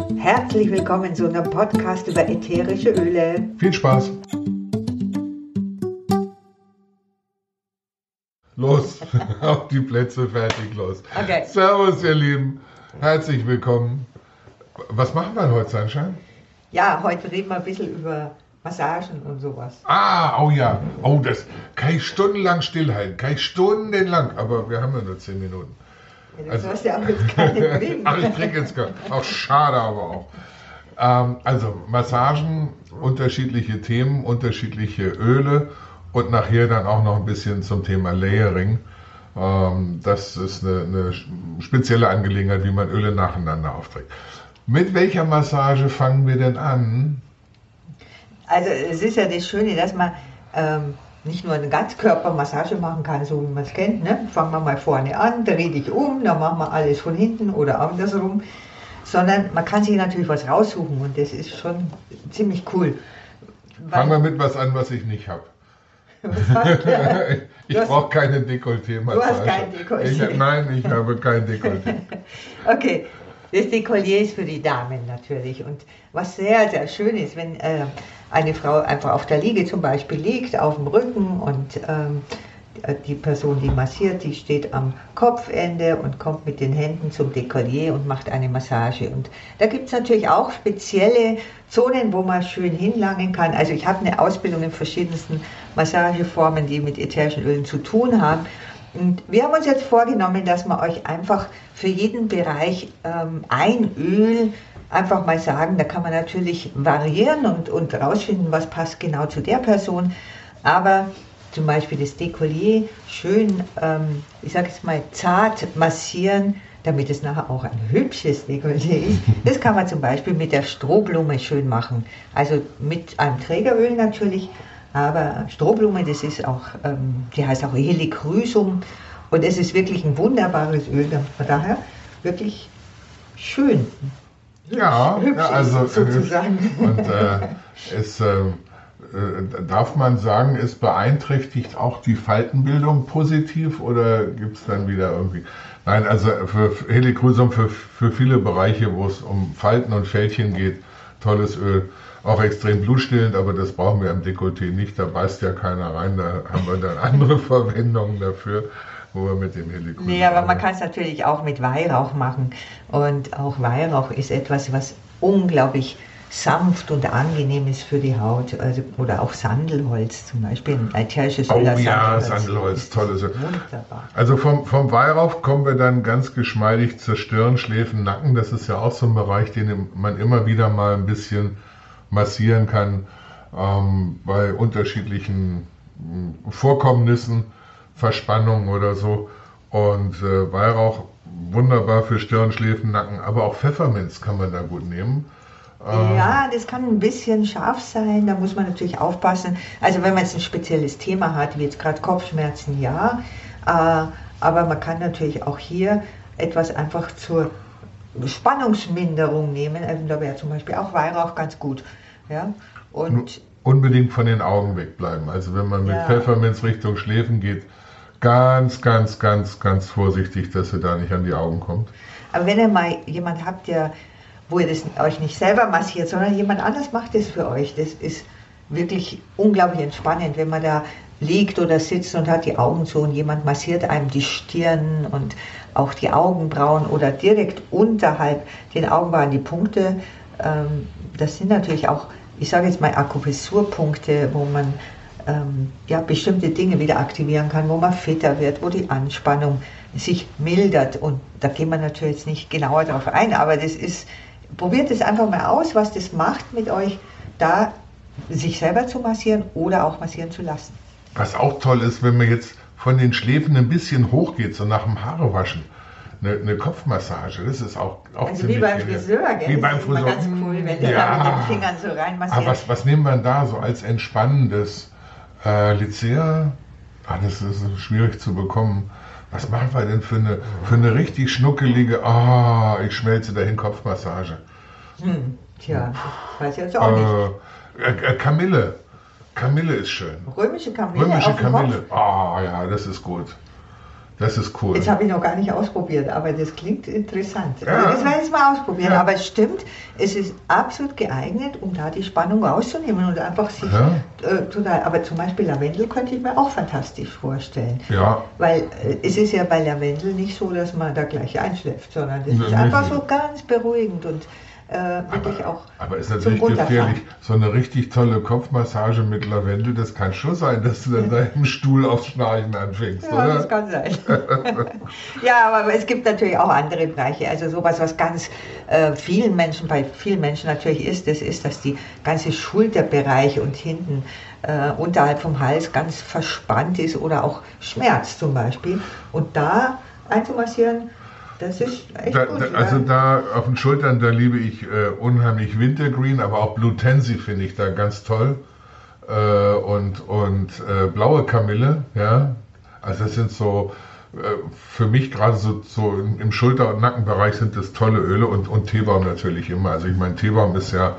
Herzlich willkommen zu einem Podcast über ätherische Öle. Viel Spaß! Los, auf die Plätze, fertig, los. Okay. Servus, ihr Lieben. Herzlich willkommen. Was machen wir heute, Sunshine? Ja, heute reden wir ein bisschen über Massagen und sowas. Oh ja. Oh, das kann ich stundenlang stillhalten. Kann ich stundenlang. Aber wir haben ja nur 10 Minuten. Ja, das hast du ja auch jetzt keine bringen. Ach, ich krieg jetzt gar nicht. Auch schade, aber auch. Also Massagen, unterschiedliche Themen, unterschiedliche Öle und nachher dann auch noch ein bisschen zum Thema Layering. Das ist eine spezielle Angelegenheit, wie man Öle nacheinander aufträgt. Mit welcher Massage fangen wir denn an? Also es ist ja das Schöne, dass man nicht nur eine Ganzkörpermassage machen kann, so wie man es kennt. Ne? Fangen wir mal vorne an, dreh dich um, dann machen wir alles von hinten oder andersrum. Sondern man kann sich natürlich was raussuchen und das ist schon ziemlich cool. Fangen wir mit was an, was ich nicht habe. Ich brauche keine Dekolleté-Massage. Du hast kein Dekolleté. Nein, ich habe kein Dekolleté. Okay, das Dekolleté ist für die Damen natürlich. Und was sehr, sehr schön ist, wenn eine Frau einfach auf der Liege zum Beispiel liegt, auf dem Rücken und die Person, die massiert, die steht am Kopfende und kommt mit den Händen zum Dekolleté und macht eine Massage. Und da gibt es natürlich auch spezielle Zonen, wo man schön hinlangen kann. Also ich habe eine Ausbildung in verschiedensten Massageformen, die mit ätherischen Ölen zu tun haben. Und wir haben uns jetzt vorgenommen, dass wir euch einfach für jeden Bereich ein Öl einfach mal sagen. Da kann man natürlich variieren und rausfinden, was passt genau zu der Person. Aber zum Beispiel das Dekolleté schön, ich sage jetzt mal, zart massieren, damit es nachher auch ein hübsches Dekolleté ist. Das kann man zum Beispiel mit der Strohblume schön machen. Also mit einem Trägeröl natürlich, aber Strohblume, das ist auch, die heißt auch Helichrysum und es ist wirklich ein wunderbares Öl, von daher wirklich schön. Hübsch also sozusagen. Und es darf man sagen, es beeinträchtigt auch die Faltenbildung positiv oder gibt es dann wieder irgendwie? Nein, also für Helichrysum für viele Bereiche, wo es um Falten und Fältchen geht, tolles Öl. Auch extrem blutstillend, aber das brauchen wir im Dekolleté nicht, da beißt ja keiner rein, da haben wir dann andere Verwendungen dafür, wo wir mit dem Helichrysum. Nee, aber man kann es natürlich auch mit Weihrauch machen und auch Weihrauch ist etwas, was unglaublich sanft und angenehm ist für die Haut, also, oder auch Sandelholz zum Beispiel, ein ätherisches Öl. Oh ja, Sandelholz, tolles Öl. Wunderbar. Also vom Weihrauch kommen wir dann ganz geschmeidig zur Stirn, Schläfen, Nacken, das ist ja auch so ein Bereich, den man immer wieder mal ein bisschen massieren kann, bei unterschiedlichen Vorkommnissen, Verspannungen oder so. Und Weihrauch wunderbar für Stirn, Schläfen, Nacken, aber auch Pfefferminz kann man da gut nehmen. Ja, das kann ein bisschen scharf sein, da muss man natürlich aufpassen. Also wenn man jetzt ein spezielles Thema hat, wie jetzt gerade Kopfschmerzen, ja, aber man kann natürlich auch hier etwas einfach zur Spannungsminderung nehmen. Also da wäre zum Beispiel auch Weihrauch ganz gut. Ja? Und unbedingt von den Augen wegbleiben. Also wenn man mit Pfefferminz Richtung Schläfen geht, ganz, ganz, ganz, ganz vorsichtig, dass ihr da nicht an die Augen kommt. Aber wenn ihr mal jemand habt, wo ihr das euch nicht selber massiert, sondern jemand anders macht das für euch, das ist wirklich unglaublich entspannend, wenn man da liegt oder sitzt und hat die Augen zu und jemand massiert einem die Stirn und auch die Augenbrauen oder direkt unterhalb den Augenbrauen die Punkte. Das sind natürlich auch, ich sage jetzt mal, Akupressurpunkte, wo man bestimmte Dinge wieder aktivieren kann, wo man fitter wird, wo die Anspannung sich mildert. Und da gehen wir natürlich jetzt nicht genauer darauf ein, aber das ist, probiert es einfach mal aus, was das macht mit euch, da sich selber zu massieren oder auch massieren zu lassen. Was auch toll ist, wenn man jetzt von den Schläfen ein bisschen hochgeht, so nach dem Haarewaschen. Eine Kopfmassage, das ist auch also ziemlich wie beim Friseur, gell? Wie beim das ist Friseur. ganz cool, wenn der da mit den Fingern so reinmassiert. Aber was nehmen wir da so als entspannendes Lycea? Das ist schwierig zu bekommen. Was machen wir denn für eine richtig schnuckelige, ich schmelze dahin, Kopfmassage? Tja, das weiß ich jetzt auch nicht. Kamille ist schön. Römische Kamille Römische auf dem Kamille. Kopf? Ja, das ist gut. Das ist cool. Jetzt habe ich noch gar nicht ausprobiert, aber das klingt interessant. Ja. Also das werde ich jetzt mal ausprobieren. Ja. Aber es stimmt, es ist absolut geeignet, um da die Spannung rauszunehmen und einfach sich total. Aber zum Beispiel Lavendel könnte ich mir auch fantastisch vorstellen. Ja. Weil es ist ja bei Lavendel nicht so, dass man da gleich einschläft, sondern das ist Nee, einfach nicht. so ganz beruhigend und wirklich auch. Aber ist zum natürlich Runterfahren. gefährlich. So eine richtig tolle Kopfmassage mit Lavendel, das kann schon sein, dass du dann da im Stuhl aufs Schnarchen anfängst, Ja, oder? das kann sein. Ja, aber es gibt natürlich auch andere Bereiche. Also sowas, was ganz bei vielen Menschen natürlich ist, das ist, dass die ganze Schulterbereich und hinten unterhalb vom Hals ganz verspannt ist oder auch Schmerz zum Beispiel. Und da einzumassieren, das ist echt gut. Also da auf den Schultern, da liebe ich unheimlich Wintergreen, aber auch Blue Tansy finde ich da ganz toll. Und blaue Kamille, ja. Also das sind so, für mich gerade so im Schulter- und Nackenbereich sind das tolle Öle und Teebaum natürlich immer. Also ich meine, Teebaum ist ja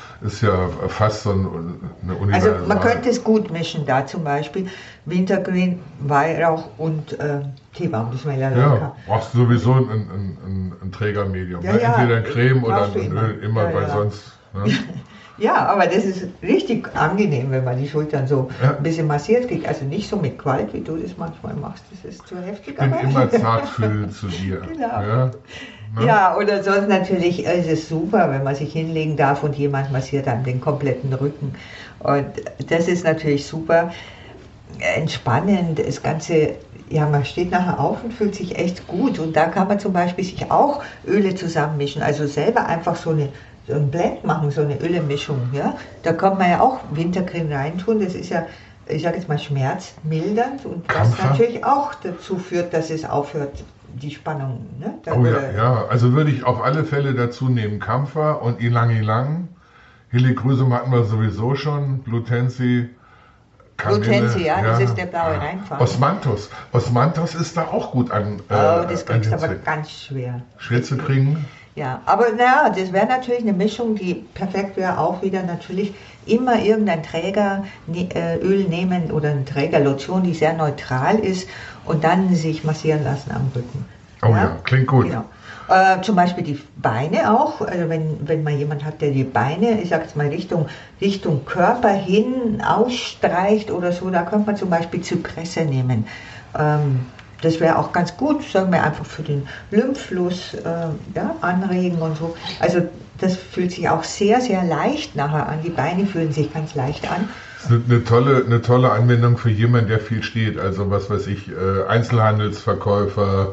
fast so eine Universal. Also man könnte es gut mischen, da zum Beispiel Wintergreen, Weihrauch und Teebaum, das wäre ja lecker. Ja, brauchst du sowieso ein Trägermedium. Ja, ne? ja, Entweder ein Creme oder brauchst du ein immer. Öl, immer, Ja, weil ja. sonst... Ne? Ja, aber das ist richtig angenehm, wenn man die Schultern so Ja. ein bisschen massiert kriegt. Also nicht so mit Qualm, wie du das manchmal machst, das ist zu heftig. Ich bin aber immer zartfühlend zu dir. Genau. Ja? Ne? ja, oder sonst natürlich ist es super, wenn man sich hinlegen darf und jemand massiert einem den kompletten Rücken. Und das ist natürlich super entspannend, das Ganze, ja, man steht nachher auf und fühlt sich echt gut. Und da kann man zum Beispiel sich auch Öle zusammenmischen, also selber einfach so ein Blend machen, so eine Ölemischung. Ja? Da kann man ja auch Wintercreme reintun, das ist ja, ich sage jetzt mal, schmerzmildernd und was Kampfer. natürlich auch dazu führt, dass es aufhört, die Spannung. Ne? Da Oh ja, würde- ja, also würde ich auf alle Fälle dazu nehmen Kampfer und Ilang Ilang. Helichrysum hatten wir sowieso schon, Blue Tansy, Kamille. Blutensi, ja, das ist der blaue Reinfall. Osmanthus ist da auch gut an. Oh, das an kriegst den du aber Zweck. ganz schwer. Schwer zu kriegen. Ja, aber naja, das wäre natürlich eine Mischung, die perfekt wäre, auch wieder natürlich immer irgendein Trägeröl nehmen oder eine Trägerlotion, die sehr neutral ist und dann sich massieren lassen am Rücken. Oh ja, klingt gut. Genau. Zum Beispiel die Beine auch, also wenn man jemand hat, der die Beine, ich sag jetzt mal Richtung Körper hin ausstreicht oder so, da könnte man zum Beispiel Zypresse nehmen. Das wäre auch ganz gut, sagen wir einfach für den Lymphfluss anregen und so. Also das fühlt sich auch sehr, sehr leicht nachher an. Die Beine fühlen sich ganz leicht an. Das ist eine tolle Anwendung für jemanden, der viel steht. Also was weiß ich, Einzelhandelsverkäufer,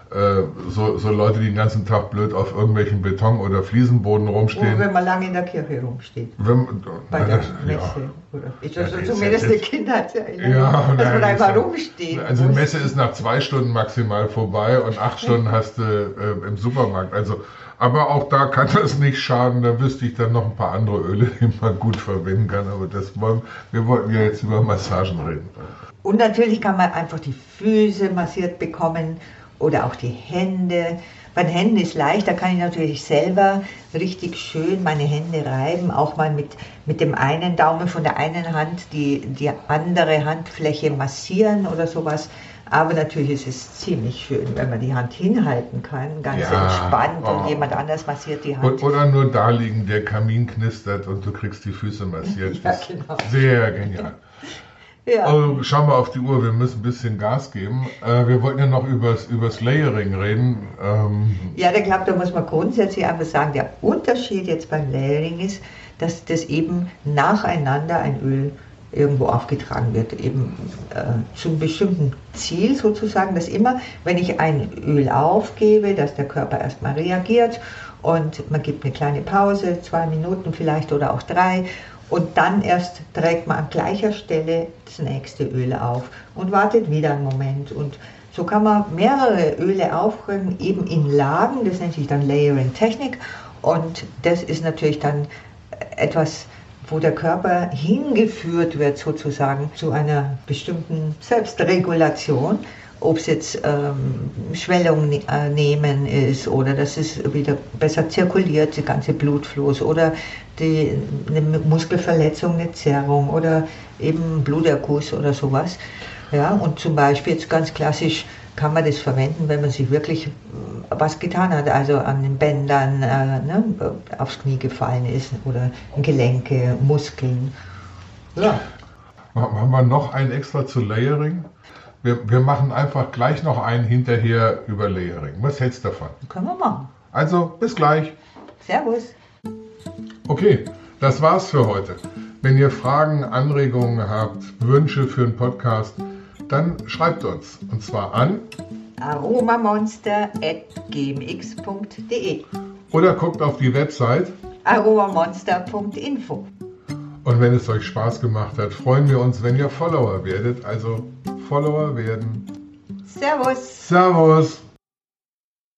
so Leute, die den ganzen Tag blöd auf irgendwelchen Beton- oder Fliesenboden Oder rumstehen. wenn man lange in der Kirche rumsteht. Bei Na, der das- Messe. ja. Oder ich Ja, also das zumindest ist- eine Kindheitserinnerung, Ja, dass nein, man einfach das- rumsteht. Also die Messe ist nach 2 Stunden maximal vorbei und 8 Stunden hast du im Supermarkt. Also, aber auch da kann das nicht schaden. Da wüsste ich dann noch ein paar andere Öle, die man gut verwenden kann. Aber wir wollten ja jetzt über Massagen reden. Und natürlich kann man einfach die Füße massiert bekommen oder auch die Hände. Bei den Händen ist leicht, da kann ich natürlich selber richtig schön meine Hände reiben, auch mal mit dem einen Daumen von der einen Hand die andere Handfläche massieren oder sowas. Aber natürlich ist es ziemlich schön, wenn man die Hand hinhalten kann, ganz Ja, entspannt und oh. jemand anders massiert die Hand. Oder nur da liegen, der Kamin knistert und du kriegst die Füße massiert. Ja, Das ist genau. sehr genial. Ja. Also, schauen wir auf die Uhr, wir müssen ein bisschen Gas geben. Wir wollten ja noch übers Layering reden. Ja, ich glaube, da muss man grundsätzlich einfach sagen, der Unterschied jetzt beim Layering ist, dass das eben nacheinander ein Öl irgendwo aufgetragen wird, eben zum bestimmten Ziel sozusagen, dass immer, wenn ich ein Öl aufgebe, dass der Körper erstmal reagiert und man gibt eine kleine Pause, 2 Minuten vielleicht oder auch 3 und dann erst trägt man an gleicher Stelle das nächste Öl auf und wartet wieder einen Moment und so kann man mehrere Öle aufbringen, eben in Lagen, das nennt sich dann Layering-Technik und das ist natürlich dann etwas, wo der Körper hingeführt wird sozusagen zu einer bestimmten Selbstregulation, ob es jetzt Schwellung nehmen ist oder dass es wieder besser zirkuliert, der ganze Blutfluss oder eine Muskelverletzung, eine Zerrung oder eben Bluterguss oder sowas. Ja, und zum Beispiel jetzt ganz klassisch kann man das verwenden, wenn man sich wirklich was getan hat, also an den Bändern aufs Knie gefallen ist oder Gelenke, Muskeln. Ja. Machen wir noch einen extra zu Layering? Wir machen einfach gleich noch einen hinterher über Layering. Was hältst du davon? Können wir machen. Also, bis gleich. Servus. Okay, das war's für heute. Wenn ihr Fragen, Anregungen habt, Wünsche für einen Podcast, dann schreibt uns. Und zwar an aromamonster@gmx.de oder guckt auf die Website aromamonster.info. Und wenn es euch Spaß gemacht hat, freuen wir uns, wenn ihr Follower werdet. Also Follower werden. Servus. Servus.